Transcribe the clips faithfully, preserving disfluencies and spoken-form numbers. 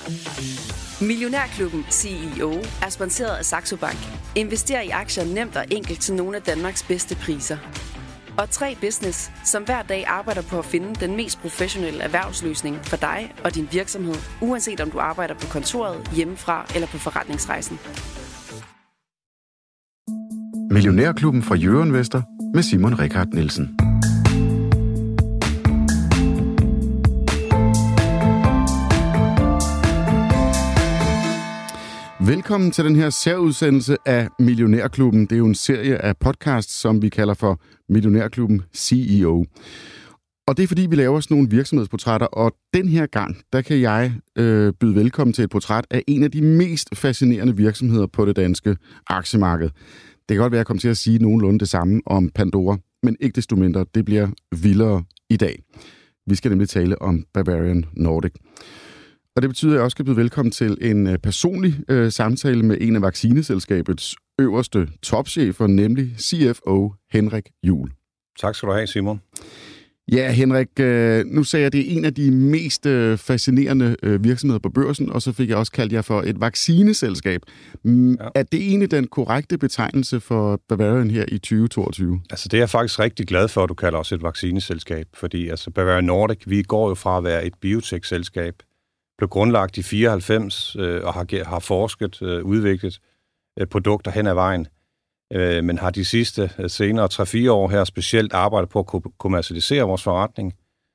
Millionærklubben C E O er sponsoreret af Saxo Bank. Invester i aktier nemt og enkelt til nogle af Danmarks bedste priser. Og tre Business, som hver dag arbejder på at finde den mest professionelle erhvervsløsning for dig og din virksomhed, uanset om du arbejder på kontoret, hjemmefra eller på forretningsrejsen. Millionærklubben fra Jørgen Vester med Simon Richard Nielsen. Velkommen til den her særudsendelse af Millionærklubben. Det er jo en serie af podcasts, som vi kalder for Millionærklubben C E O. Og det er fordi, vi laver sådan nogle virksomhedsportrætter, og den her gang, der kan jeg øh, byde velkommen til et portræt af en af de mest fascinerende virksomheder på det danske aktiemarked. Det kan godt være, at jeg kommer til at sige nogenlunde det samme om Pandora, men ikke desto mindre, det bliver vildere i dag. Vi skal nemlig tale om Bavarian Nordic. Og det betyder, at jeg også skal byde velkommen til en personlig øh, samtale med en af vaccineselskabets øverste topchefer, nemlig C F O Henrik Juul. Tak skal du have, Simon. Ja, Henrik, øh, nu sagde jeg, at det er en af de mest øh, fascinerende øh, virksomheder på børsen, og så fik jeg også kaldt jer for et vaccineselskab. Mm, ja. Er det egentlig den korrekte betegnelse for Bavarian her i tyve toogtyve? Altså, det er jeg faktisk rigtig glad for, at du kalder os et vaccineselskab, fordi altså, Bavarian Nordic, vi går jo fra at være et biotech-selskab, blev grundlagt i fireoghalvfems øh, og har, har forsket, øh, udviklet øh, produkter hen ad vejen, øh, men har de sidste øh, senere tre fire år her specielt arbejdet på at kommercialisere vores forretning,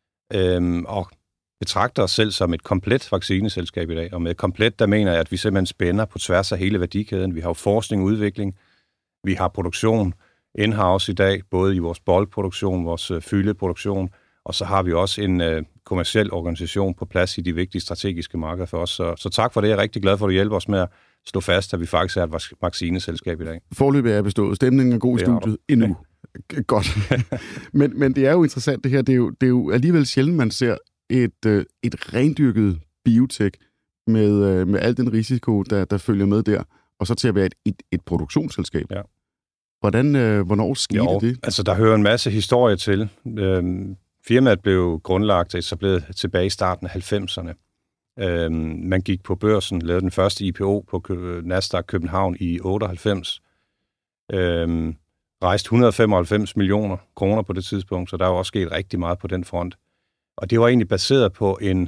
øh, og betragter os selv som et komplet vaccineselskab i dag. Og med komplet, der mener jeg, at vi simpelthen spænder på tværs af hele værdikæden. Vi har jo forskning og udvikling, vi har produktion in-house i dag, både i vores boldproduktion, vores øh, fyldeproduktion, og så har vi også en øh, kommerciel organisation på plads i de vigtige strategiske markeder for os. Så, så tak for det. Jeg er rigtig glad for, at du hjælper os med at slå fast, at vi faktisk er et vaccineselskab i dag. Forløbet er bestået. Stemningen er god i studiet endnu. Ja. Godt. men, men det er jo interessant det her. Det er jo, det er jo alligevel sjældent, man ser et, øh, et rendyrket biotech med, øh, med al den risiko, der, der følger med der, og så til at være et, et, et produktionsselskab. Ja. Hvordan, øh, hvornår skete jo, det? Altså, der hører en masse historie til. Øhm, Firmaet blev grundlagt og etableret tilbage i starten af halvfemserne. Øhm, man gik på børsen, lavede den første I P O på Nasdaq København i otteoghalvfems. Øhm, rejste et hundrede og femoghalvfems millioner kroner på det tidspunkt, så der er jo også sket rigtig meget på den front. Og det var egentlig baseret på en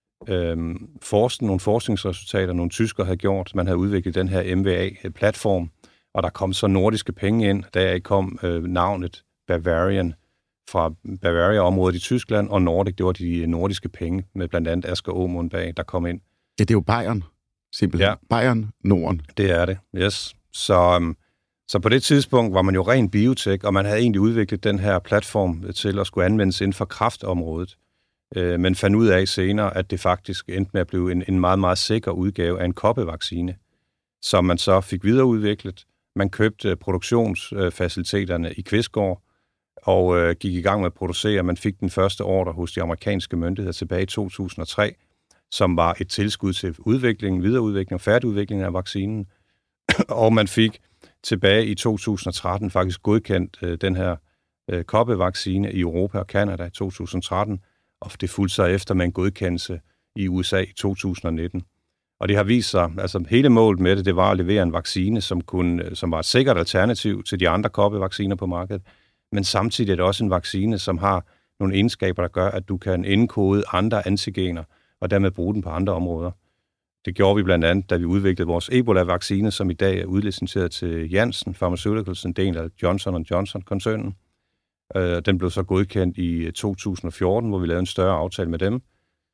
øhm, forskning, nogle forskningsresultater, nogle tyskere havde gjort. Man havde udviklet den her M V A-platform, og der kom så nordiske penge ind. Der kom øh, navnet Bavarian fra Bavaria-området i Tyskland, og Nordic, det var de nordiske penge, med blandt andet Asger Aamund bag, der kom ind. Ja, det er jo Bayern, simpelthen. Ja. Bayern Norden. Det er det, yes. Så, um, så på det tidspunkt var man jo ren biotech, og man havde egentlig udviklet den her platform til at skulle anvendes inden for kræftområdet, øh, men fandt ud af senere, at det faktisk endte med at blive en, en meget, meget sikker udgave af en koppevaccine, som man så fik videreudviklet. Man købte produktionsfaciliteterne i Kvistgård, og øh, gik i gang med at producere. Man fik den første ordre hos de amerikanske myndigheder tilbage i to tusind og tre, som var et tilskud til udvikling, videreudvikling og færdigudvikling af vaccinen. Og man fik tilbage i to tusind og tretten faktisk godkendt øh, den her øh, koppevaccine i Europa og Canada i to tusind og tretten, og det fulgte sig efter med en godkendelse i U S A i to tusind og nitten. Og det har vist sig, altså hele målet med det, det var at levere en vaccine, som, kunne, som var et sikkert alternativ til de andre koppevacciner på markedet, men samtidig er det også en vaccine, som har nogle egenskaber, der gør, at du kan indkode andre antigener, og dermed bruge den på andre områder. Det gjorde vi blandt andet, da vi udviklede vores Ebola-vaccine, som i dag er udlicenseret til Janssen Pharmaceuticals, en del af Johnson and Johnson-koncernen. Den blev så godkendt i to tusind og fjorten, hvor vi lavede en større aftale med dem.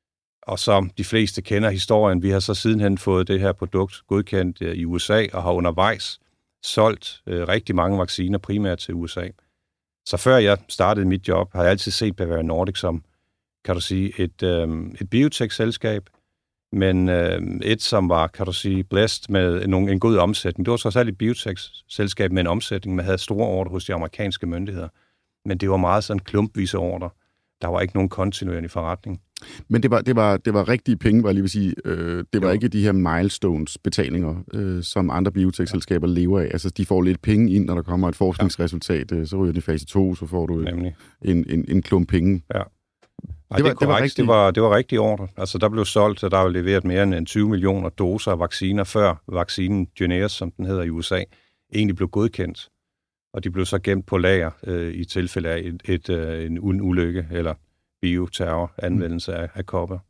Og så de fleste kender historien. Vi har så sidenhen fået det her produkt godkendt i U S A, og har undervejs solgt rigtig mange vacciner, primært til U S A. Så før jeg startede mit job, har jeg altid set Bavarian Nordic som, kan du sige, et, øhm, et biotech-selskab, men øhm, et, som var, kan du sige, blæst med en, en god omsætning. Det var så særligt et biotech-selskab med en omsætning, man havde store ordre hos de amerikanske myndigheder, men det var meget sådan klumpvise ordre. Der var ikke nogen kontinuerlig forretning. Men det var, det var, det var rigtige penge, var jeg lige vil sige. Øh, det var jo ikke de her milestones-betalinger, øh, som andre biotech-selskaber lever af. Altså, de får lidt penge ind, når der kommer et forskningsresultat. Ja. Så ryger det i fase to, så får du en, en, en klump penge. Ja. Nej, det, var, det, er korrekt. Det, var rigtig... det, var, det var rigtig ordre. Altså, der blev solgt, og der var leveret mere end tyve millioner doser af vacciner, før vaccinen Jynneos, som den hedder i U S A, egentlig blev godkendt. Og de blev så gemt på lager øh, i tilfælde af et, et, øh, en ulykke eller bioterror anvendelse af, af kopper.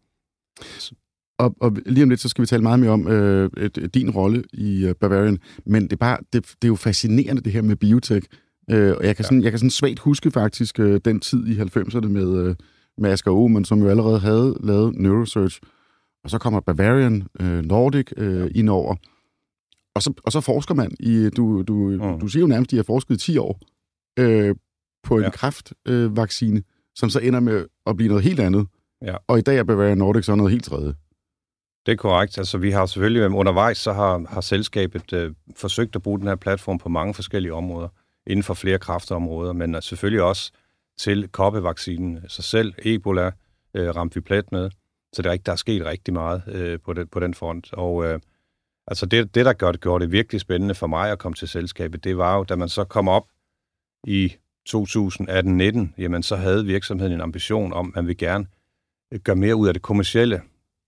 Og, og lige om lidt, så skal vi tale meget mere om øh, et, din rolle i øh, Bavarian, men det er, bare, det, det er jo fascinerende, det her med biotech. Øh, og jeg kan, sådan, ja. jeg kan sådan svagt huske faktisk øh, den tid i halvfemserne med, øh, med Asger Ohlmann, som jo allerede havde lavet Neurosearch. Og så kommer Bavarian øh, Nordic øh, ind over. Og så, og så forsker man i, du, du, mm. du siger jo nærmest, at de har forsket i ti år øh, på en ja. kræftvaccine, øh, som så ender med at blive noget helt andet. Ja. Og i dag er Bavarian Nordic så noget helt tredje. Det er korrekt. Altså, vi har selvfølgelig undervejs, så har, har selskabet øh, forsøgt at bruge den her platform på mange forskellige områder, inden for flere kræftområder, men uh, selvfølgelig også til koppevaccinen. Så selv Ebola øh, ramte vi plet med, så det er ikke, der er sket rigtig meget øh, på, det, på den front. Og øh, altså det, det, der gør det, gjorde det virkelig spændende for mig at komme til selskabet, det var jo, da man så kom op i to tusind atten nitten, jamen så havde virksomheden en ambition om, at man vil gerne gøre mere ud af det kommercielle.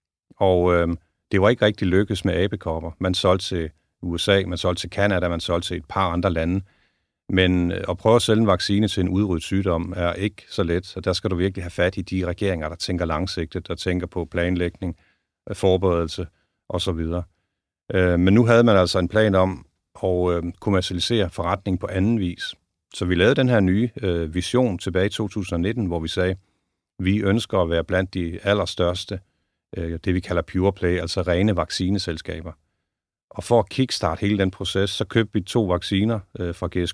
Og øh, det var ikke rigtig lykkes med abekopper. Man solgte til U S A, man solgte til Canada, man solgte til et par andre lande. Men at prøve at sælge en vaccine til en udryddet sygdom er ikke så let, så der skal du virkelig have fat i de regeringer, der tænker langsigtet, der tænker på planlægning, forberedelse osv. Men nu havde man altså en plan om at kommercialisere forretning på anden vis. Så vi lavede den her nye vision tilbage i to tusind nitten, hvor vi sagde, vi ønsker at være blandt de allerstørste, det vi kalder pure play, altså rene vaccineselskaber. Og for at kickstarte hele den proces, så købte vi to vacciner øh, fra G S K.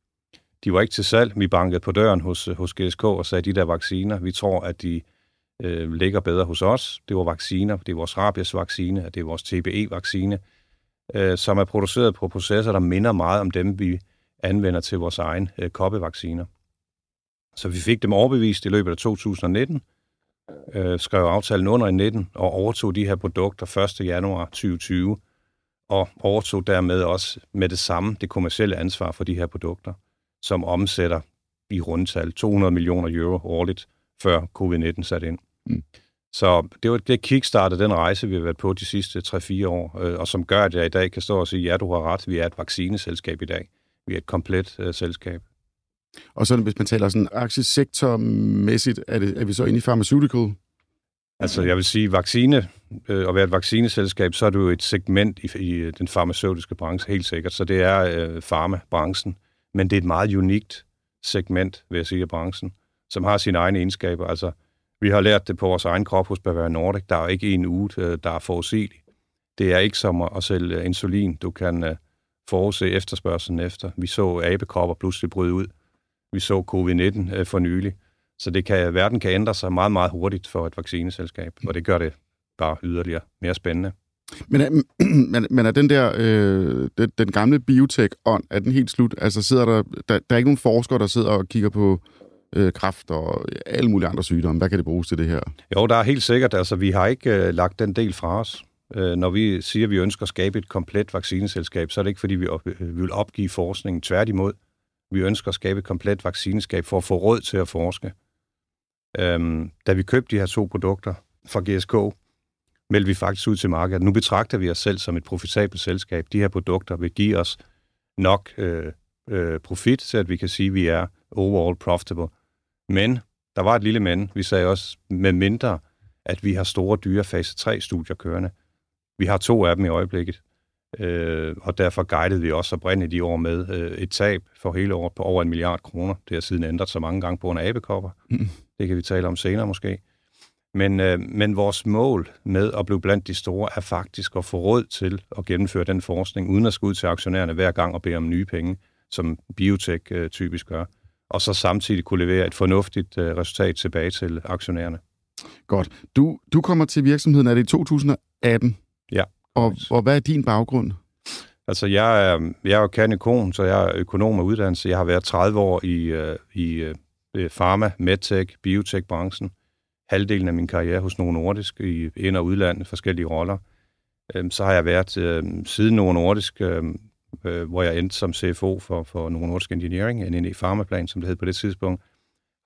De var ikke til salg. Vi bankede på døren hos, hos G S K og sagde, de der vacciner, vi tror, at de øh, ligger bedre hos os. Det var vacciner, det er vores rabiesvaccine, det er vores T B E-vaccine, øh, som er produceret på processer, der minder meget om dem, vi anvender til vores egen øh, koppevacciner. Så vi fik dem overbevist i løbet af to tusind nitten, øh, skrev aftalen under i nitten og overtog de her produkter første januar tyve tyve, og overtog dermed også med det samme det kommercielle ansvar for de her produkter, som omsætter i rundtal to hundrede millioner euro årligt, før covid nitten satte ind. Mm. Så det var det kickstartede den rejse, vi har været på de sidste tre fire år, og som gør, at jeg i dag kan stå og sige, ja, du har ret, vi er et vaccineselskab i dag. Vi er et komplet uh, selskab. Og så hvis man taler sådan aktiesektormæssigt, er, det, er vi så inde i pharmaceutical? Altså, jeg vil sige, vaccine, øh, at være et vaccineselskab, så er du jo et segment i, i den farmaceutiske branche, helt sikkert. Så det er øh, farmabranchen. Men det er et meget unikt segment, vil jeg sige, af branchen, som har sine egne egenskaber. Altså, vi har lært det på vores egen krop hos Bavarian Nordic. Der er jo ikke en uge, der er forudsigelig. Det er ikke som at sælge insulin. Du kan øh, forudse efterspørgselen efter. Vi så abekopper pludselig bryde ud. Vi så covid nitten øh, for nylig. Så det kan, verden kan ændre sig meget, meget hurtigt for et vaccineselskab, og det gør det bare yderligere mere spændende. Men er, men, men er den der, øh, den, den gamle biotech-ånd, er den helt slut? Altså sidder der, der, der er ikke nogen forskere, der sidder og kigger på øh, kræft og alle mulige andre sygdomme. Hvad kan det bruges til det her? Jo, der er helt sikkert. Altså, vi har ikke øh, lagt den del fra os. Øh, når vi siger, at vi ønsker at skabe et komplet vaccineselskab, så er det ikke, fordi vi, op, vi vil opgive forskningen. Tværtimod, vi ønsker at skabe et komplet vaccineselskab for at få råd til at forske. Øhm, da vi købte de her to produkter fra G S K, meldte vi faktisk ud til markedet. Nu betragter vi os selv som et profitabelt selskab. De her produkter vil give os nok øh, øh, profit, til at vi kan sige, at vi er overall profitable. Men der var et lille men. Vi sagde også med mindre, at vi har store dyre fase tre studier kørende. Vi har to af dem i øjeblikket, øh, og derfor guidede vi også oprindeligt de år med øh, et tab for hele året på over en milliard kroner. Det har siden ændret så mange gange på grund af abekopper. Mm. Det kan vi tale om senere måske. Men, øh, men vores mål med at blive blandt de store er faktisk at få råd til at gennemføre den forskning, uden at skulle ud til aktionærerne hver gang og bede om nye penge, som biotech øh, typisk gør. Og så samtidig kunne levere et fornuftigt øh, resultat tilbage til aktionærerne. Godt. Du, du kommer til virksomheden, er det i to tusind atten? Ja. Og, og hvad er din baggrund? Altså, jeg er, jeg er jo kanekon, så jeg er økonom af uddannelse. Jeg har været tredive år i, øh, i øh, pharma, medtech, biotech-branchen. Halvdelen af min karriere hos Novo Nordisk i ind- og udlandet, forskellige roller. Øh, så har jeg været øh, siden Novo Nordisk, øh, øh, hvor jeg endte som C F O for, for Novo Nordisk Engineering, en N E Pharmaplan, som det hed på det tidspunkt.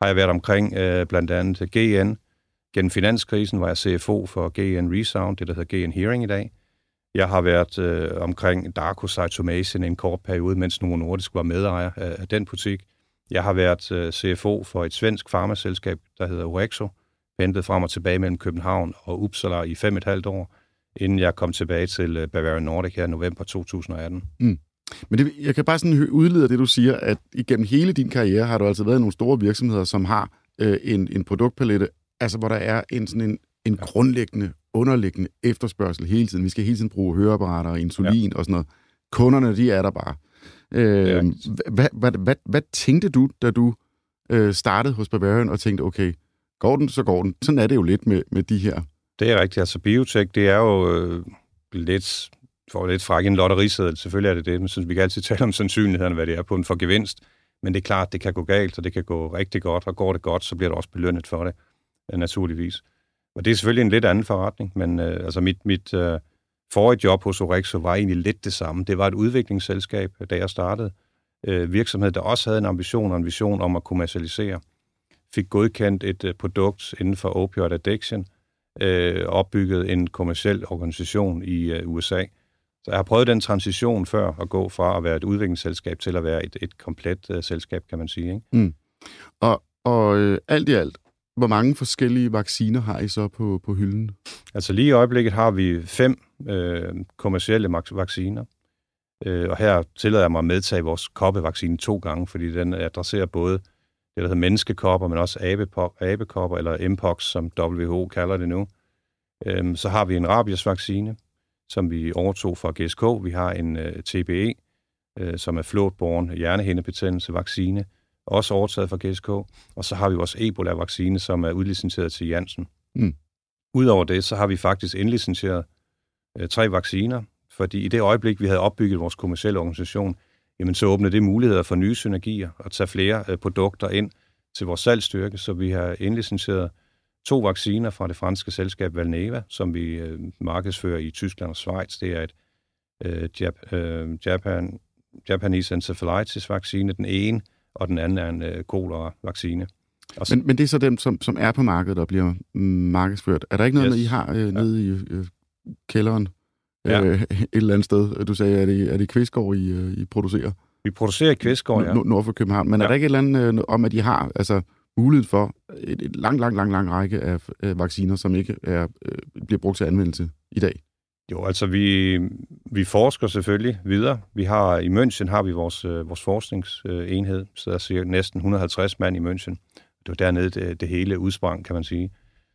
har jeg været omkring øh, blandt andet G N. Gennem finanskrisen var jeg C F O for G N Resound, det der hedder G N Hearing i dag. Jeg har været øh, omkring Darko Cytomacin en kort periode, mens Novo Nordisk var medejer af, af den butik. Jeg har været øh, C F O for et svensk farmaselskab, der hedder Orexo. Ventet frem og tilbage mellem København og Uppsala i fem og et halvt år, inden jeg kom tilbage til øh, Bavarian Nordic her i november to tusind og atten. Mm. Men det, jeg kan bare sådan udlede det, du siger, at igennem hele din karriere har du altså været i nogle store virksomheder, som har øh, en, en produktpalette, altså hvor der er en sådan en, en ja. grundlæggende, underliggende efterspørgsel hele tiden. Vi skal hele tiden bruge høreapparater og insulin ja. og sådan noget. Kunderne, de er der bare. Øh, ja. hvad, hvad, hvad, hvad tænkte du, da du øh, startede hos Bavarian og tænkte, okay, går den, så går den. Sådan er det jo lidt med, med de her. Det er rigtigt. Altså biotech, det er jo øh, lidt... for lidt fræk en lotteriseddel. Selvfølgelig er det det, men synes, vi kan altid tale om sandsynlighederne, hvad det er på en for gevinst. Men det er klart, det kan gå galt, og det kan gå rigtig godt, og går det godt, så bliver det også belønnet for det, naturligvis. Og det er selvfølgelig en lidt anden forretning, men øh, altså mit, mit øh, forrige job hos Orexo var egentlig lidt det samme. Det var et udviklingsselskab, da jeg startede. Øh, virksomhed, der også havde en ambition og en vision om at kommercialisere. Fik godkendt et øh, produkt inden for opioid addiction, øh, opbygget en kommerciel organisation i øh, U S A. Så jeg har prøvet den transition før at gå fra at være et udviklingsselskab til at være et, et komplet uh, selskab, kan man sige. Ikke? Mm. Og, og øh, alt i alt, hvor mange forskellige vacciner har I så på, på hylden? Altså lige i øjeblikket har vi fem øh, kommercielle vacciner. Øh, og her tillader jeg mig at medtage vores koppevaccine to gange, fordi den adresserer både det, der hedder menneskekopper, men også abekopper, eller mpox, som W H O kalder det nu. Øh, så har vi en rabiesvaccine, som vi overtog fra G S K. Vi har en uh, T B E, uh, som er flåtbåren hjernehindebetændelse-vaccine, også overtaget fra G S K. Og så har vi vores Ebola-vaccine, som er udlicenseret til Janssen. Mm. Udover det, så har vi faktisk indlicenseret uh, tre vacciner, fordi i det øjeblik, vi havde opbygget vores kommercielle organisation, jamen så åbnede det muligheder for nye synergier og tage flere uh, produkter ind til vores salgsstyrke, så vi har indlicenseret to vacciner fra det franske selskab Valneva, som vi øh, markedsfører i Tyskland og Schweiz. Det er et øh, Jap- øh, Japan, Japanese encephalitis-vaccine, den ene, og den anden er en øh, kolera-vaccine. Så... Men, men det er så dem, som, som er på markedet og bliver markedsført. Er der ikke noget, yes. I har øh, nede ja. i øh, kælderen ja. øh, et eller andet sted? Du sagde, er det, er det Kvistgård, I, øh, I producerer? Vi producerer i Kvistgård, ja. N- nord for København. Men ja. er der ikke et eller andet øh, om, at I har... altså mulighed for et, et lang, lang, lang, lang række af, af vacciner, som ikke er, øh, bliver brugt til anvendelse i dag? Jo, altså vi, vi forsker selvfølgelig videre. Vi har i München har vi vores, øh, vores forskningsenhed, så der er cirka næsten et hundrede og halvtreds mand i München. Det var dernede, det, det hele udsprang, kan man sige.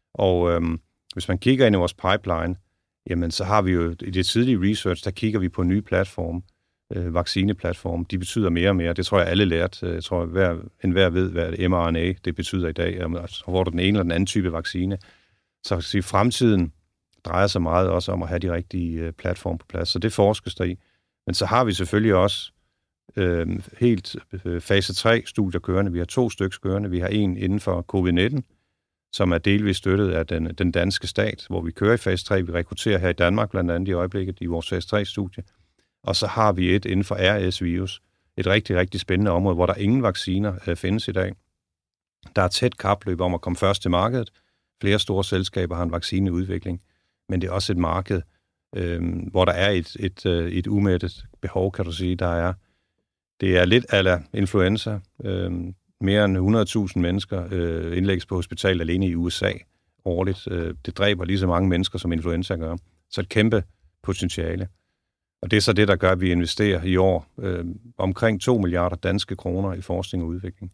Og øhm, hvis man kigger ind i vores pipeline, jamen så har vi jo i det tidlige research, der kigger vi på nye platforme, øh, vaccineplatforme. De betyder mere og mere. Det tror jeg alle lært. Jeg tror, hver, enhver ved, hvad M R N A det betyder i dag. Altså, hvor der den ene eller den anden type vaccine. Så at sige, fremtiden drejer sig meget også om at have de rigtige øh, platforme på plads. Så det forskes der i. Men så har vi selvfølgelig også øh, helt øh, fase tre studier kørende. Vi har to stykker kørende. Vi har en inden for covid nitten, som er delvis støttet af den, den danske stat, hvor vi kører i fase tre. Vi rekrutterer her i Danmark blandt andet i øjeblikket i vores fase tre-studie. Og så har vi et inden for R S-virus. Et rigtig, rigtig spændende område, hvor der ingen vacciner øh, findes i dag. Der er tæt kapløb om at komme først til markedet. Flere store selskaber har en vaccineudvikling. Men det er også et marked, øh, hvor der er et, et, et, et umættet behov, kan du sige. Der er, det er lidt a la influenza. Øh, mere end hundrede tusind mennesker øh, indlægges på hospital alene i U S A årligt. Øh, det dræber lige så mange mennesker, som influenza gør. Så et kæmpe potentiale. Og det er så det, der gør, at vi investerer i år øh, omkring to milliarder danske kroner i forskning og udvikling.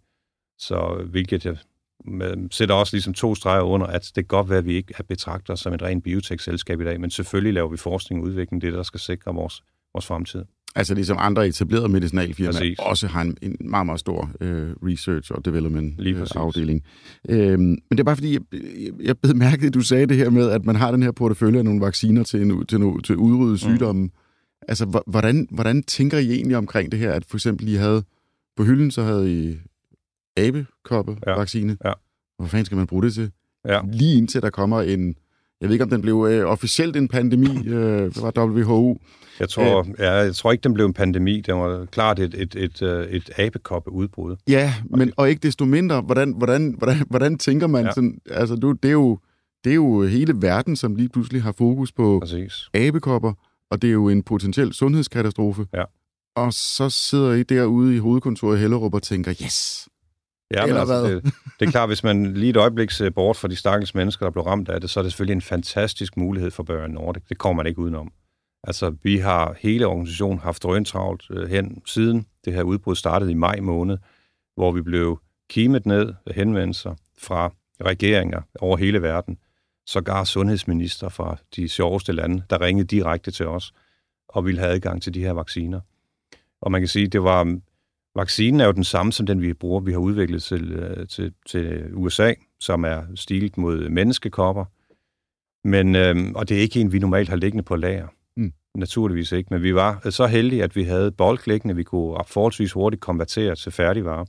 Så hvilket jeg med, sætter også ligesom to streger under, at det kan godt være, at vi ikke er betragter som et rent biotech-selskab i dag, men selvfølgelig laver vi forskning og udvikling, det der skal sikre vores, vores fremtid. Altså ligesom andre etablerede medicinalfirmaer også har en, en meget, meget stor øh, research og development øh, afdeling. Øh, men det er bare fordi, jeg, jeg bed mærke, at du sagde det her med, at man har den her portefølje af nogle vacciner til, en, til, no, til udrydde sygdomme. Mm. Altså, hvordan, hvordan tænker I egentlig omkring det her, at for eksempel I havde på hylden, så havde I abekoppe-vaccine. Ja. Ja. Hvor fanden skal man bruge det til? Ja. Lige indtil der kommer en, jeg ved ikke, om den blev øh, officielt en pandemi, øh, det var W H O. Jeg tror, øh, ja, jeg tror ikke, den blev en pandemi. Det var klart et, et, et, et, et abekoppeudbrud. Ja, men og ikke desto mindre, hvordan, hvordan, hvordan, hvordan tænker man ja. sådan, altså du, det, er jo, det er jo hele verden, som lige pludselig har fokus på Præcis. abekopper, og det er jo en potentiel sundhedskatastrofe. Ja. Og så sidder I derude i hovedkontoret i Hellerup og tænker, yes! Ja, men altså, det, det er klart, hvis man lige et øjeblik ser bort fra de stakkels mennesker, der blev ramt af det, så er det selvfølgelig en fantastisk mulighed for Bavarian Nordic. Det kommer man ikke udenom. Altså, vi har hele organisationen haft drøntravlt øh, hen siden det her udbrud startede i maj måned, hvor vi blev kimet ned af henvendelser fra regeringer over hele verden, sågar sundhedsminister fra de sjoveste lande, der ringede direkte til os og ville have adgang til de her vacciner. Og man kan sige, det var vaccinen er jo den samme som den, vi bruger. Vi har udviklet til, til, til U S A, som er stilet mod menneskekopper. Men, øhm, og det er ikke en, vi normalt har liggende på lager. Mm. Naturligvis ikke. Men vi var så heldige, at vi havde bulk liggende, vi kunne forholdsvis hurtigt konvertere til færdigvarer.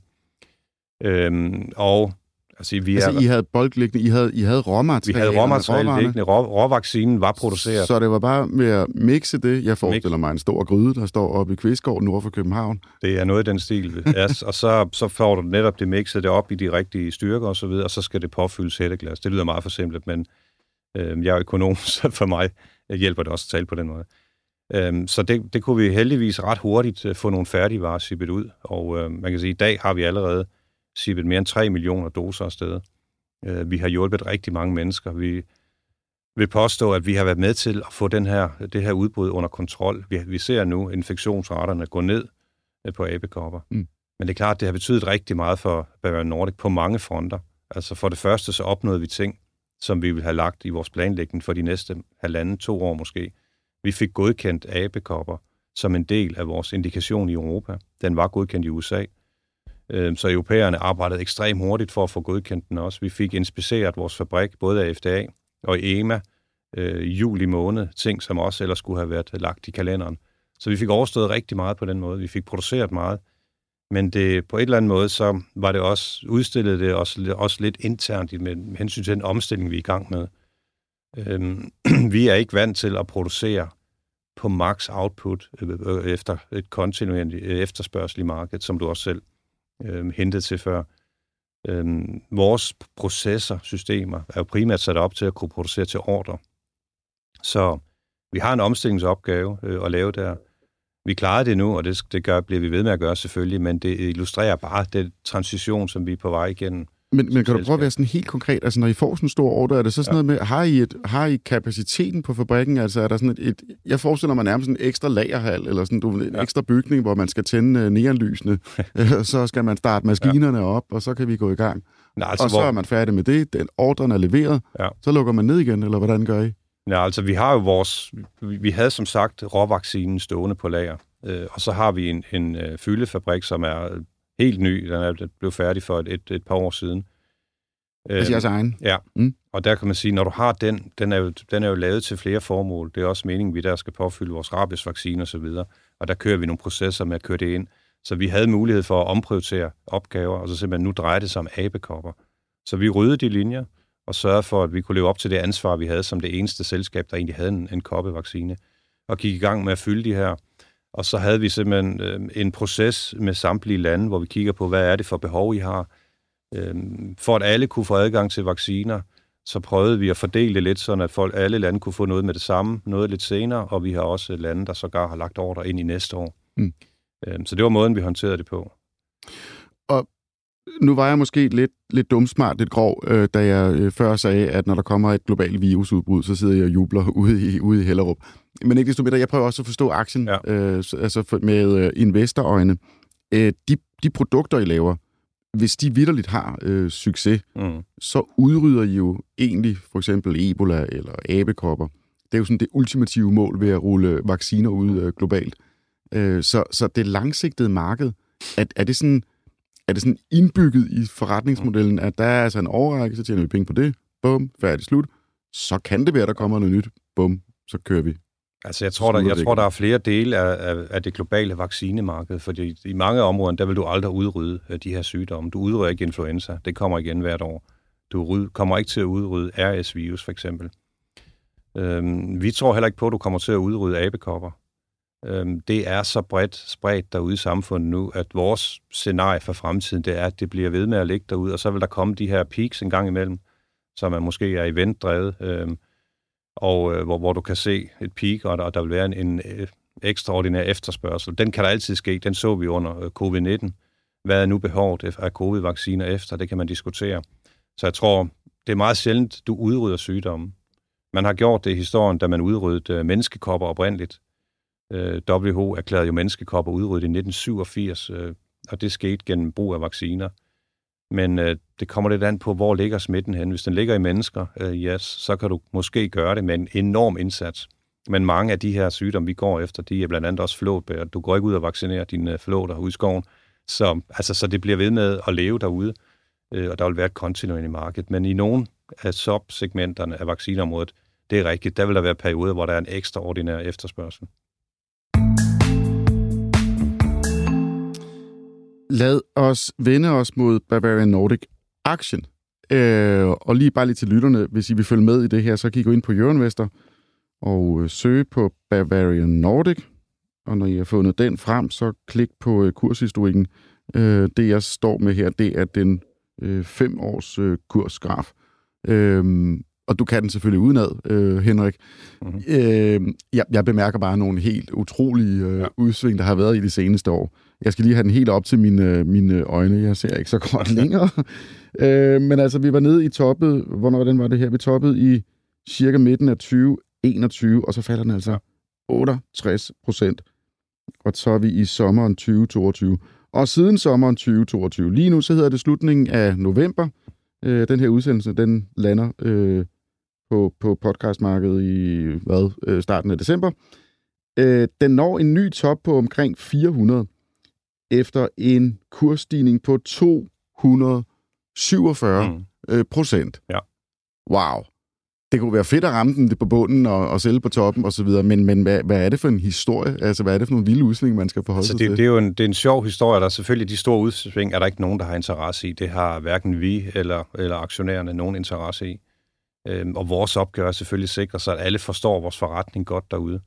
Øhm, og altså, vi altså, er, I havde bulk liggende, I havde, I havde råmateriale? Vi havde råmateriale liggende. Rå, råvaccinen var produceret. Så det var bare med at mixe det. Jeg forestiller mig en stor gryde, der står oppe i Kvistgård nord for København. Det er noget af den stil. Ja, og så, så får du netop det mixet det op i de rigtige styrker og så videre, og så skal det påfyldes hætteglas. Det lyder meget for simpelt, men øh, jeg er økonom, så for mig hjælper det også at tale på den måde. Øh, så det, det kunne vi heldigvis ret hurtigt få nogle færdigvarer sippet ud, og øh, man kan sige, at i dag har vi allerede sippet mere end tre millioner doser afsted. Øh, vi har hjulpet rigtig mange mennesker. Vi vil påstå, at vi har været med til at få den her, det her udbrud under kontrol. Vi, vi ser nu infektionsraterne gå ned på abekopper. Mm. Men det er klart, det har betydet rigtig meget for Bavarian Nordic på mange fronter. Altså for det første, så opnåede vi ting, som vi vil have lagt i vores planlægning for de næste halvanden, to år måske. Vi fik godkendt abekopper som en del af vores indikation i Europa. Den var godkendt i U S A. Så europæerne arbejdede ekstremt hurtigt for at få godkendt den også. Vi fik inspiceret vores fabrik, både af F D A og E M A, øh, juli måned, ting, som også ellers skulle have været lagt i kalenderen. Så vi fik overstået rigtig meget på den måde. Vi fik produceret meget, men det, på et eller andet måde, så var det også, udstillet det også, også lidt internt med hensyn til den omstilling, vi er i gang med. Øhm, vi er ikke vant til at producere på max output øh, efter et kontinuerligt efterspørgsel i markedet, som du også selv øh, hentede til før. Øhm, vores processer, systemer, er jo primært sat op til at kunne producere til ordre. Så vi har en omstillingsopgave øh, at lave der. Vi klarer det nu, og det, det gør, bliver vi ved med at gøre selvfølgelig, men det illustrerer bare den transition, som vi er på vej igennem. Men, men kan du prøve at være sådan helt konkret? Altså, når I får sådan en stor ordre, er det så sådan ja. noget med, har I, et, har I kapaciteten på fabrikken? Altså, er der sådan et, et jeg forestiller mig nærmest en ekstra lagerhal, eller sådan en ja. ekstra bygning, hvor man skal tænde neonlysene. Så skal man starte maskinerne ja. op, og så kan vi gå i gang. Nej, altså, og så hvor... er man færdig med det. Den ordren er leveret. Ja. Så lukker man ned igen, eller hvordan gør I? Ja, altså, vi har jo vores... Vi havde som sagt råvaccinen stående på lager. Øh, og så har vi en, en øh, fyldefabrik, som er helt ny. Den er blevet færdig for et, et, et par år siden. Altså jeres egen? Ja, mm. og der kan man sige, når du har den, den er, jo, den er jo lavet til flere formål. Det er også meningen, vi der skal påfylde vores rabiesvaccine og så videre. Og der kører vi nogle processer med at køre det ind. Så vi havde mulighed for at omprioritere opgaver, og så simpelthen nu drejer det sig om abekopper. Så vi ryddede de linjer og sørgede for, at vi kunne leve op til det ansvar, vi havde som det eneste selskab, der egentlig havde en, en koppevaccine, og gik i gang med at fylde de her. Og så havde vi simpelthen øh, en proces med samtlige lande, hvor vi kigger på, hvad er det for behov, I har. Øh, for at alle kunne få adgang til vacciner, så prøvede vi at fordele det lidt, sådan at folk, alle lande kunne få noget med det samme, noget lidt senere, og vi har også lande, der sågar har lagt ordre ind i næste år. Mm. Øh, så det var måden, vi håndterede det på. Og nu var jeg måske lidt, lidt dumsmart, lidt grov, øh, da jeg øh, før sagde, at når der kommer et globalt virusudbrud, så sidder jeg og jubler ude i, ude i Hellerup. Men ikke desto mindre, jeg prøver også at forstå aktien, ja. øh, altså med øh, investorøjne. Øh, de, de produkter, I laver, hvis de vitterligt har øh, succes, mm. så udrydder I jo egentlig for eksempel Ebola eller abekopper. Det er jo sådan det ultimative mål ved at rulle vacciner ud øh, globalt. Øh, så, så det langsigtede marked, er, er det sådan... Er det sådan indbygget i forretningsmodellen, at der er altså en overrække, så tjener vi penge på det, bum, færdig, slut. Så kan det være, der kommer noget nyt, bum, så kører vi. Altså jeg tror, der, jeg tror, der er flere dele af, af, af det globale vaccinemarked, fordi i mange områder, der vil du aldrig udrydde de her sygdomme. Du udrydder ikke influenza, det kommer igen hvert år. Du ryd, kommer ikke til at udrydde R S-virus for eksempel. Øhm, vi tror heller ikke på, at du kommer til at udrydde abekopper. Øhm, det er så bredt spredt derude i samfundet nu, at vores scenarie for fremtiden, det er, at det bliver ved med at ligge derude, og så vil der komme de her peaks en gang imellem, som er måske er eventdrevet, øhm, og øh, hvor, hvor du kan se et peak, og der, og der vil være en, en øh, ekstraordinær efterspørgsel. Den kan der altid ske. Den så vi under øh, covid nitten. Hvad er nu behovet af covid-vacciner efter? Det kan man diskutere. Så jeg tror, det er meget sjældent, du udrydder sygdommen. Man har gjort det i historien, da man udryddede øh, menneskekopper oprindeligt. Øh, W H O erklærede jo menneskekopper udryddet i nitten syvogfirs, øh, og det skete gennem brug af vacciner. Men øh, det kommer lidt an på, hvor ligger smitten hen. Hvis den ligger i mennesker, øh, yes, så kan du måske gøre det med en enorm indsats. Men mange af de her sygdomme, vi går efter, de er blandt andet også flåtbærer. Du går ikke ud og vaccinerer dine flåter ude i skoven. Så, altså, så det bliver ved med at leve derude, øh, og der vil være et kontinuerligt marked. Men i nogle af subsegmenterne af vaccineområdet, det er rigtigt, der vil der være perioder, hvor der er en ekstraordinær efterspørgsel. Lad os vende os mod Bavarian Nordic Aktien. Øh, og lige bare lige til lytterne, hvis I vil følge med i det her, så kan I gå ind på Euroinvestor og øh, søge på Bavarian Nordic. Og når I har fundet den frem, så klik på øh, kurshistorikken. Øh, det, jeg står med her, det er den øh, fem års øh, kursgraf. Øh, og du kan den selvfølgelig udenad, øh, Henrik. Mm-hmm. Øh, jeg, jeg bemærker bare nogle helt utrolige øh, ja. udsving, der har været i de seneste år. Jeg skal lige have den helt op til mine, mine øjne. Jeg ser ikke så godt længere. øh, men altså, vi var nede i toppet. Hvornår den var det her? Vi toppede i cirka midten af tyve enogtyve, og så falder den altså otteogtres procent. Og så er vi i sommeren tyve toogtyve. Og siden sommeren tyve toogtyve. Lige nu så hedder det slutningen af november. Øh, den her udsendelse, den lander øh, på, på podcastmarkedet i hvad, øh, starten af december. Øh, den når en ny top på omkring fire hundrede, efter en kursstigning på to hundrede syvogfyrre procent. Mm. Ja. Wow. Det kunne være fedt at ramme den på bunden og, og sælge på toppen og så videre, men, men hvad, hvad er det for en historie? Altså, hvad er det for nogle vilde udsving, man skal forholde altså, sig det, til? Det er jo en, det er en sjov historie. Der er selvfølgelig de store udsving, er der ikke nogen, der har interesse i. Det har hverken vi eller, eller aktionærerne nogen interesse i. Øhm, og vores opgave er selvfølgelig at sikre sig, at alle forstår vores forretning godt derude.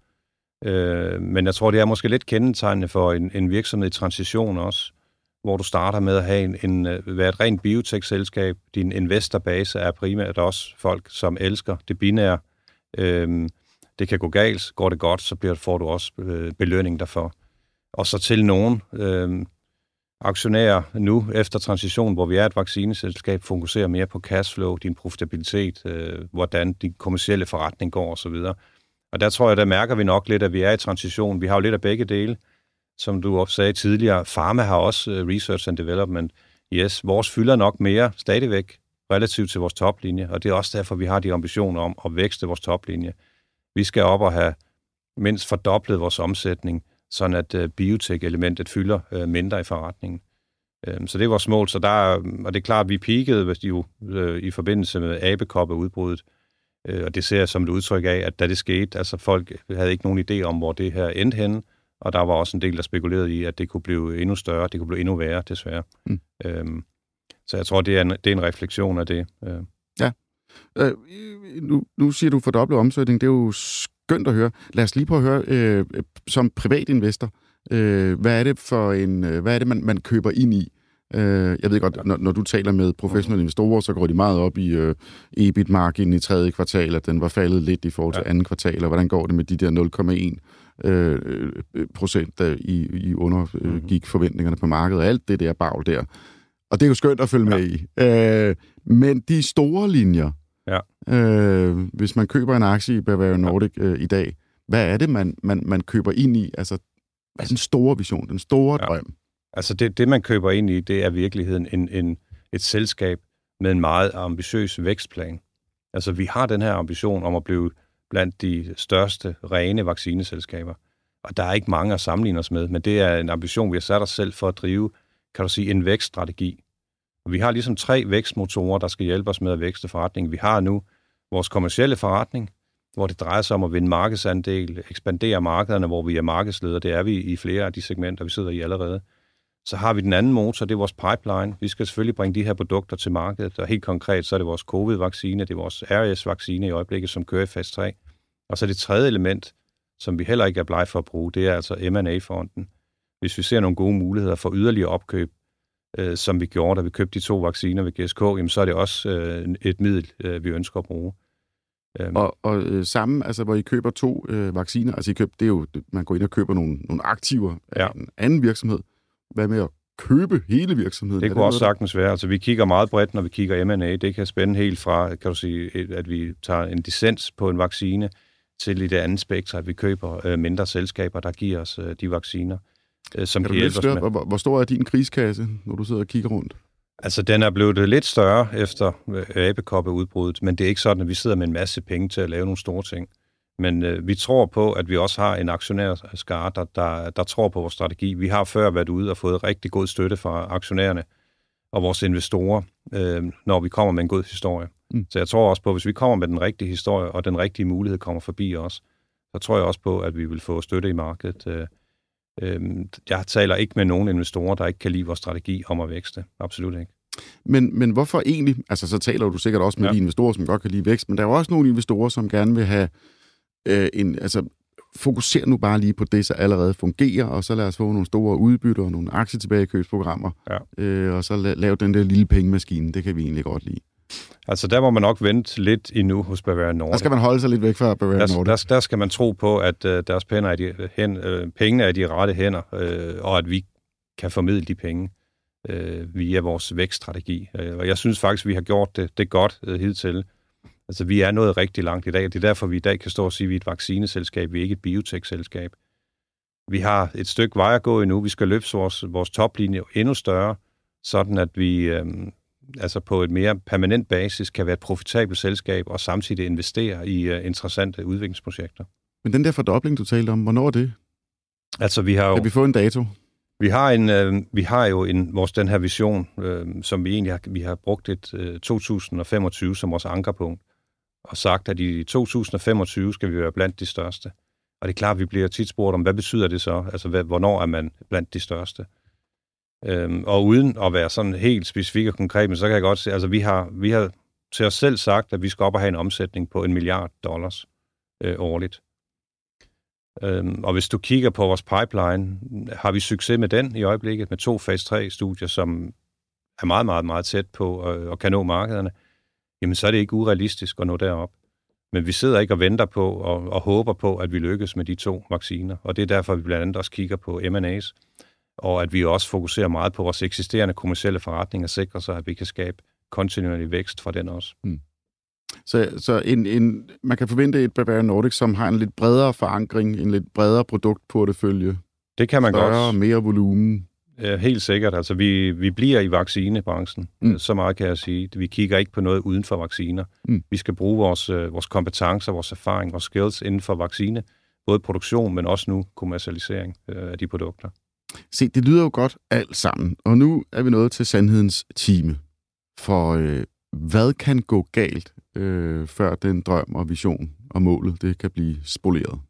Øh, men jeg tror, det er måske lidt kendetegnende for en, en virksomhed i transition også, hvor du starter med at have en, en, være et rent biotech-selskab. Din investorbase er primært også folk, som elsker det binære. Øhm, det kan gå galt. Går det godt, så bliver, får du også øh, belønning derfor. Og så til nogen øh, aktionærer nu efter transition, hvor vi er et vaccineselskab, fokuserer mere på cashflow, din profitabilitet, øh, hvordan din kommercielle forretning går osv. Og der tror jeg, der mærker vi nok lidt, at vi er i transition. Vi har jo lidt af begge dele. Som du også sagde tidligere, Pharma har også uh, Research and Development. Yes, vores fylder nok mere stadigvæk relativt til vores toplinje, og det er også derfor, vi har de ambitioner om at vækste vores toplinje. Vi skal op og have mindst fordoblet vores omsætning, sådan at uh, biotech-elementet fylder uh, mindre i forretningen. Um, så det er vores mål, så der er, og det er klart, at vi peakede hvis de jo, uh, i forbindelse med abekoppeudbruddet, uh, og det ser jeg som et udtryk af, at da det skete, altså folk havde ikke nogen idé om, hvor det her endte henne, og der var også en del, der spekulerede i, at det kunne blive endnu større, det kunne blive endnu værre, desværre. Mm. Øhm, så jeg tror, det er en, det er en refleksion af det. Øh. Ja. Øh, nu, nu siger du fordoblet omsætning, det er jo skønt at høre. Lad os lige prøve at høre, øh, som privatinvestor, øh, hvad er det for en, øh, hvad er det, man, man køber ind i? Øh, jeg ved godt, når, når du taler med professionelle investorer, så går de meget op i øh, E B I T-marginen i tredje kvartal, at den var faldet lidt i forhold til ja. anden kvartal, og hvordan går det med de der nul komma en Øh, procent, der i, i undergik øh, mm-hmm. forventningerne på markedet, og alt det der bagl der. Og det er jo skønt at følge ja. med i. Øh, men de store linjer, ja. øh, hvis man køber en aktie i Bavarian Nordic øh, i dag, hvad er det, man, man, man køber ind i? Altså, hvad er den store vision, den store ja. drøm? Altså, det, det man køber ind i, det er i virkeligheden en, en, et selskab med en meget ambitiøs vækstplan. Altså, vi har den her ambition om at blive blandt de største rene vaccineselskaber. Og der er ikke mange at sammenligne os med, men det er en ambition, vi har sat os selv for at drive, kan du sige, en vækststrategi. Og vi har ligesom tre vækstmotorer, der skal hjælpe os med at vækste forretningen. Vi har nu vores kommercielle forretning, hvor det drejer sig om at vinde markedsandel, ekspandere markederne, hvor vi er markedsleder. Det er vi i flere af de segmenter, vi sidder i allerede. Så har vi den anden motor, det er vores pipeline. Vi skal selvfølgelig bringe de her produkter til markedet, og helt konkret så er det vores covid-vaccine, det er vores R S-vaccine i øjeblikket, som kører i fase tre. Og så det tredje element, som vi heller ikke er blege for at bruge, det er altså M and A-fonden. Hvis vi ser nogle gode muligheder for yderligere opkøb, øh, som vi gjorde, da vi købte de to vacciner ved G S K, jamen, så er det også øh, et middel, øh, vi ønsker at bruge. Um. Og, og øh, sammen, altså hvor I køber to øh, vacciner, altså I køber, det er jo, man går ind og køber nogle, nogle aktiver af ja. en anden virksomhed. Hvad med at købe hele virksomheden? Det kunne det også sagtens være. Altså vi kigger meget bredt, når vi kigger M and A. Det kan spænde helt fra, kan du sige, at vi tager en licens på en vaccine, til i det andet spektrum, at vi køber øh, mindre selskaber, der giver os øh, de vacciner, øh, som kan hjælpe os med. Hvor, hvor stor er din krigskasse, når du sidder og kigger rundt? Altså, den er blevet lidt større efter øh, abekoppeudbruddet, men det er ikke sådan, at vi sidder med en masse penge til at lave nogle store ting. Men øh, vi tror på, at vi også har en aktionærskare, der, der, der tror på vores strategi. Vi har før været ude og fået rigtig god støtte fra aktionærerne og vores investorer, øh, når vi kommer med en god historie. Mm. Så jeg tror også på, at hvis vi kommer med den rigtige historie, og den rigtige mulighed kommer forbi os, så tror jeg også på, at vi vil få støtte i markedet. Øh, øh, jeg taler ikke med nogen investorer, der ikke kan lide vores strategi om at vækste. Absolut ikke. Men, men hvorfor egentlig? Altså, så taler du sikkert også med ja. de investorer, som godt kan lide vækst, men der er jo også nogle investorer, som gerne vil have øh, en... Altså, fokuser nu bare lige på det, så allerede fungerer, og så lad os få nogle store udbytter og nogle aktietilbagekøbsprogrammer, ja. øh, og så la- lave den der lille pengemaskine. Det kan vi egentlig godt lide. Altså, der må man nok vente lidt endnu hos Bavarian Nordic. Der skal man holde sig lidt væk fra Bavarian der, Nordic. Der, der skal man tro på, at uh, deres penge er, de, hen, uh, pengene er de rette hænder, uh, og at vi kan formidle de penge uh, via vores vækststrategi. Uh, og jeg synes faktisk, vi har gjort det, det godt uh, hidtil. Altså, vi er nået rigtig langt i dag. Det er derfor, vi i dag kan stå og sige, at vi er et vaccineselskab, vi er ikke et biotech-selskab. Vi har et stykke vej at gå endnu. Vi skal løfte vores, vores toplinje endnu større, sådan at vi uh, altså på et mere permanent basis kan være et profitabelt selskab og samtidig investere i uh, interessante udviklingsprojekter. Men den der fordobling, du talte om, hvornår er det? Altså, vi har jo... Kan vi få en dato? Vi har, en, øh, vi har jo en, vores, den her vision, øh, som vi egentlig har, vi har brugt et øh, to tusind femogtyve som vores ankerpunkt, og sagt, at i to tusind femogtyve skal vi være blandt de største. Og det er klart, at vi bliver tit spurgt om, hvad betyder det så? Altså, hvad, hvornår er man blandt de største? Øhm, og uden at være sådan helt specifik og konkret, men så kan jeg godt se, altså vi har, vi har til os selv sagt, at vi skal op og have en omsætning på en milliard dollars øh, årligt. Øhm, og hvis du kigger på vores pipeline, har vi succes med den i øjeblikket, med to fase tre studier, som er meget, meget, meget tæt på og, og kan nå markederne, jamen så er det ikke urealistisk at nå derop. Men vi sidder ikke og venter på og, og håber på, at vi lykkes med de to vacciner. Og det er derfor, vi blandt andet også kigger på M and A's, og at vi også fokuserer meget på vores eksisterende kommercielle forretning og sikrer sig, at vi kan skabe kontinuerlig vækst fra den også. Mm. Så, så en, en, man kan forvente et Bavarian Nordic, som har en lidt bredere forankring, en lidt bredere produktportefølje. Det kan man Større, godt. mere volumen. Ja, helt sikkert. Altså, vi, vi bliver i vaccinebranchen. Mm. Så meget kan jeg sige. Vi kigger ikke på noget uden for vacciner. Mm. Vi skal bruge vores, vores kompetencer, vores erfaring, vores skills inden for vaccine. Både produktion, men også nu kommercialisering af de produkter. Se, det lyder jo godt alt sammen. Og nu er vi nået til sandhedens time. For øh, hvad kan gå galt, øh, før den drøm og vision og målet, det kan blive spoleret?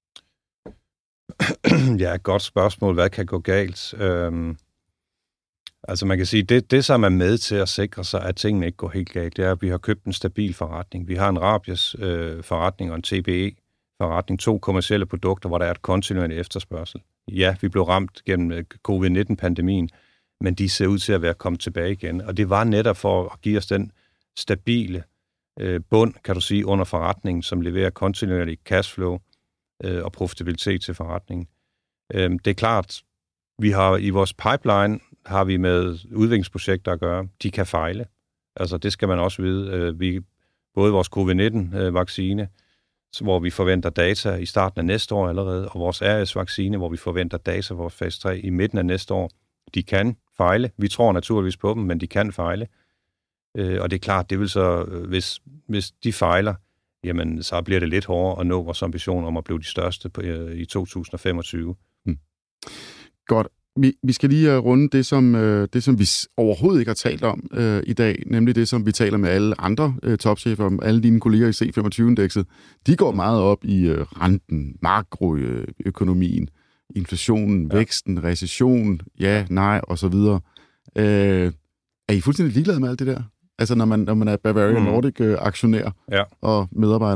Ja, et godt spørgsmål. Hvad kan gå galt? Øhm, altså man kan sige, det, det som er med til at sikre sig, at tingene ikke går helt galt, det er, at vi har købt en stabil forretning. Vi har en rabies øh, forretning og en T B E-forretning, to kommercielle produkter, hvor der er et kontinuerligt efterspørgsel. Ja, vi blev ramt gennem covid nitten-pandemien, men de ser ud til at være kommet tilbage igen. Og det var netop for at give os den stabile øh, bund, kan du sige, under forretningen, som leverer kontinuerligt cashflow øh, og profitabilitet til forretningen. Øh, det er klart, vi har i vores pipeline, har vi med udviklingsprojekter at gøre. De kan fejle. Altså, det skal man også vide. Øh, vi, både vores covid nitten-vaccine, hvor vi forventer data i starten af næste år allerede, og vores R S-vaccine, hvor vi forventer data for vores fase tre i midten af næste år. De kan fejle. Vi tror naturligvis på dem, men de kan fejle. Øh, og det er klart, det vil så, hvis, hvis de fejler, jamen, så bliver det lidt hårdere at nå vores ambition om at blive de største på, øh, i to tusind femogtyve. Hmm. Godt. Vi, vi skal lige runde det som, øh, det, som vi overhovedet ikke har talt om øh, i dag, nemlig det, som vi taler med alle andre øh, topchefer om, alle dine kolleger i C femogtyve-indekset. De går meget op i øh, renten, makroøkonomien, inflationen, ja. væksten, recession, ja, nej, og så videre. Øh, er I fuldstændig ligeglade med alt det der? Altså, når man, når man er Bavarian mm. Nordic-aktionær ja. og medarbejder?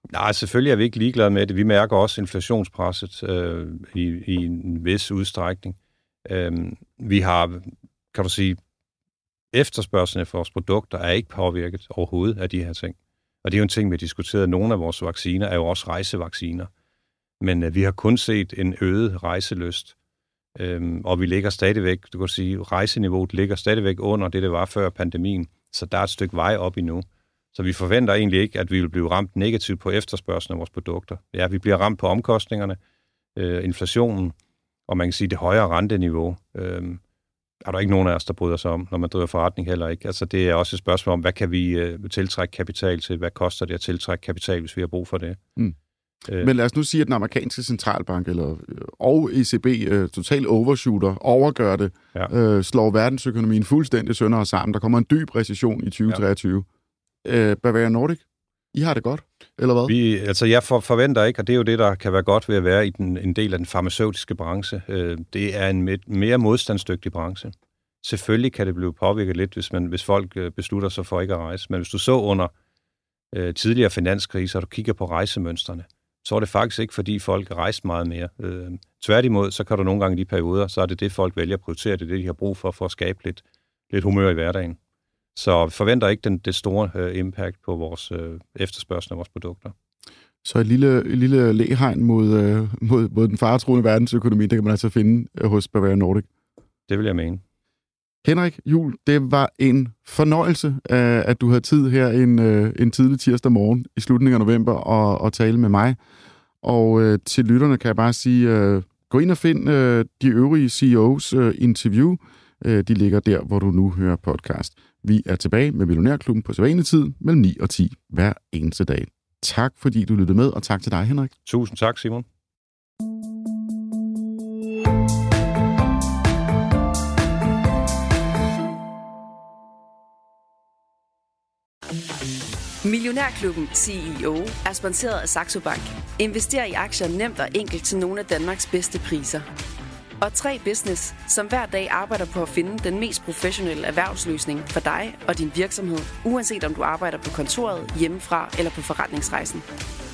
Nej, selvfølgelig er vi ikke ligeglade med det. Vi mærker også inflationspresset øh, i, i en vis udstrækning. Øh, vi har, kan du sige, efterspørgselen for vores produkter er ikke påvirket overhovedet af de her ting. Og det er jo en ting, vi har diskuteret. Nogle af vores vacciner er jo også rejsevacciner. Men øh, vi har kun set en øget rejselyst. Øhm, og vi ligger stadigvæk, du kan sige, rejseniveauet ligger stadigvæk under det, det var før pandemien. Så der er et stykke vej op endnu. Så vi forventer egentlig ikke, at vi vil blive ramt negativt på efterspørgselen af vores produkter. Ja, vi bliver ramt på omkostningerne, øh, inflationen, og man kan sige, det højere renteniveau. Øh, er der ikke nogen af os, der bryder sig om, når man driver forretning heller ikke. Altså det er også et spørgsmål om, hvad kan vi øh, tiltrække kapital til? Hvad koster det at tiltrække kapital, hvis vi har brug for det? Mm. Men lad os nu sige, at den amerikanske centralbank eller, og E C B øh, totalt overshooter, overgør det, ja. øh, slår verdensøkonomien fuldstændig sønder og sammen. Der kommer en dyb recession i tyve treogtyve. Ja. Øh, Bavarian Nordic, I har det godt, eller hvad? Vi, altså jeg for, forventer ikke, og det er jo det, der kan være godt ved at være i den, en del af den farmaceutiske branche. Øh, det er en med, mere modstandsdygtig branche. Selvfølgelig kan det blive påvirket lidt, hvis, man, hvis folk øh, beslutter sig for ikke at rejse. Men hvis du så under øh, tidligere finanskriser, og du kigger på rejsemønstrene, så er det faktisk ikke, fordi folk rejser meget mere. Øh, tværtimod, så kan du nogle gange i de perioder, så er det det, folk vælger at prioritere. Det er det, de har brug for, for at skabe lidt, lidt humør i hverdagen. Så vi forventer ikke den, det store øh, impact på vores øh, efterspørgsel af vores produkter. Så et lille, et lille læhegn mod, øh, mod, mod den faretruende verdensøkonomi, det kan man altså finde øh, hos Bavarian Nordic. Det vil jeg mene. Henrik Juul, det var en fornøjelse, øh, at du havde tid her en, øh, en tidlig tirsdag morgen i slutningen af november og, og tale med mig. Og øh, til lytterne kan jeg bare sige, øh, gå ind og find øh, de øvrige C E O's øh, interview. Øh, de ligger der, hvor du nu hører podcast. Vi er tilbage med Millionærklubben på sædvanlig tid mellem ni og ti hver eneste dag. Tak fordi du lyttede med, og tak til dig, Henrik. Tusind tak, Simon. Millionærklubben C E O er sponsoreret af Saxo Bank. Invester i aktier nemt og enkelt til nogle af Danmarks bedste priser. Og tre Business, som hver dag arbejder på at finde den mest professionelle erhvervsløsning for dig og din virksomhed, uanset om du arbejder på kontoret, hjemmefra eller på forretningsrejsen.